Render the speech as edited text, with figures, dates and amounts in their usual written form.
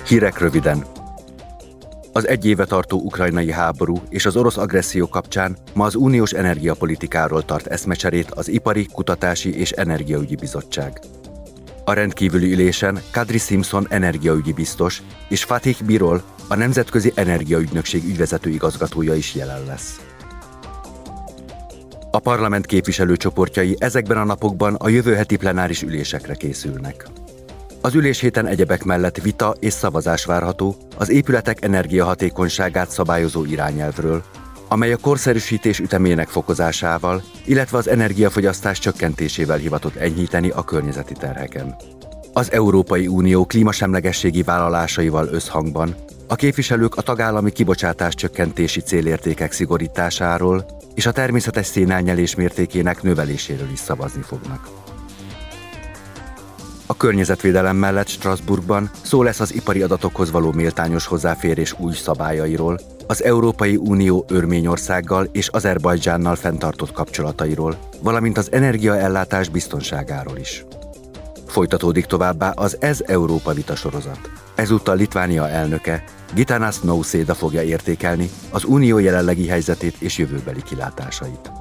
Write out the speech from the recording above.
Hírek röviden. Az egy éve tartó ukrajnai háború és az orosz agresszió kapcsán ma az uniós energiapolitikáról tart eszmecserét az Ipari, Kutatási és Energiaügyi Bizottság. A rendkívüli ülésen Kadri Simpson energiaügyi biztos és Fatih Birol, a Nemzetközi Energiaügynökség ügyvezető igazgatója is jelen lesz. A parlament képviselőcsoportjai ezekben a napokban a jövő heti plenáris ülésekre készülnek. Az üléshéten egyebek mellett vita és szavazás várható az épületek energiahatékonyságát szabályozó irányelvről, amely a korszerűsítés ütemének fokozásával, illetve az energiafogyasztás csökkentésével hivatott enyhíteni a környezeti terheken. Az Európai Unió klímasemlegességi vállalásaival összhangban a képviselők a tagállami kibocsátás csökkentési célértékek szigorításáról és a természetes szénelnyelés mértékének növeléséről is szavazni fognak. A környezetvédelem mellett Strasbourgban szó lesz az ipari adatokhoz való méltányos hozzáférés új szabályairól, az Európai Unió Örményországgal és Azerbajdzsánnal fenntartott kapcsolatairól, valamint az energiaellátás biztonságáról is. Folytatódik továbbá az Ez Európa vitasorozat. Ezúttal Litvánia elnöke, Gitanas Nausėda fogja értékelni az unió jelenlegi helyzetét és jövőbeli kilátásait.